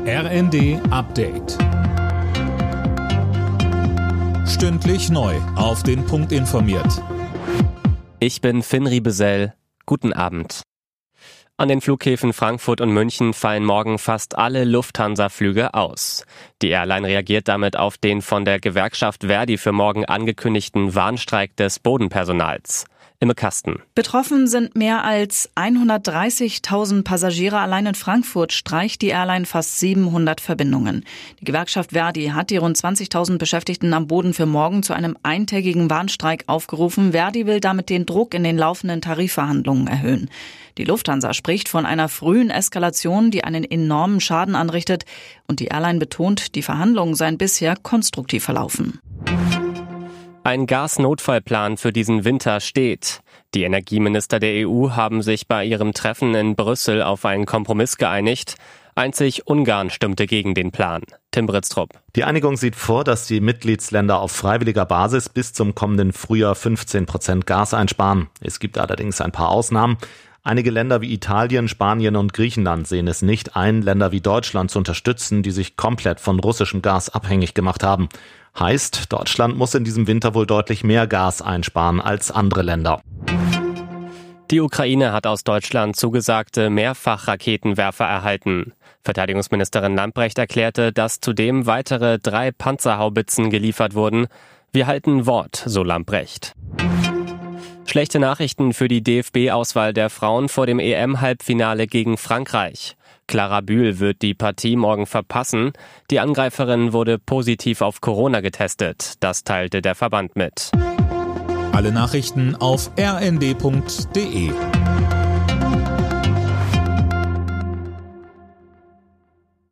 RND Update. Stündlich neu auf den Punkt informiert. Ich bin Finn Riebesell. Guten Abend. An den Flughäfen Frankfurt und München fallen morgen fast alle Lufthansa-Flüge aus. Die Airline reagiert damit auf den von der Gewerkschaft Verdi für morgen angekündigten Warnstreik des Bodenpersonals. Imme Kasten. Betroffen sind mehr als 130.000 Passagiere. Allein in Frankfurt streicht die Airline fast 700 Verbindungen. Die Gewerkschaft Verdi hat die rund 20.000 Beschäftigten am Boden für morgen zu einem eintägigen Warnstreik aufgerufen. Verdi will damit den Druck in den laufenden Tarifverhandlungen erhöhen. Die Lufthansa spricht von einer frühen Eskalation, die einen enormen Schaden anrichtet. Und die Airline betont, die Verhandlungen seien bisher konstruktiv verlaufen. Ein Gasnotfallplan für diesen Winter steht. Die Energieminister der EU haben sich bei ihrem Treffen in Brüssel auf einen Kompromiss geeinigt. Einzig Ungarn stimmte gegen den Plan. Tim Britztrup. Die Einigung sieht vor, dass die Mitgliedsländer auf freiwilliger Basis bis zum kommenden Frühjahr 15% Gas einsparen. Es gibt allerdings ein paar Ausnahmen. Einige Länder wie Italien, Spanien und Griechenland sehen es nicht ein, Länder wie Deutschland zu unterstützen, die sich komplett von russischem Gas abhängig gemacht haben. Heißt, Deutschland muss in diesem Winter wohl deutlich mehr Gas einsparen als andere Länder. Die Ukraine hat aus Deutschland zugesagte Mehrfachraketenwerfer erhalten. Verteidigungsministerin Lambrecht erklärte, dass zudem weitere 3 Panzerhaubitzen geliefert wurden. Wir halten Wort, so Lambrecht. Schlechte Nachrichten für die DFB-Auswahl der Frauen vor dem EM-Halbfinale gegen Frankreich. Clara Bühl wird die Partie morgen verpassen. Die Angreiferin wurde positiv auf Corona getestet. Das teilte der Verband mit. Alle Nachrichten auf rnd.de.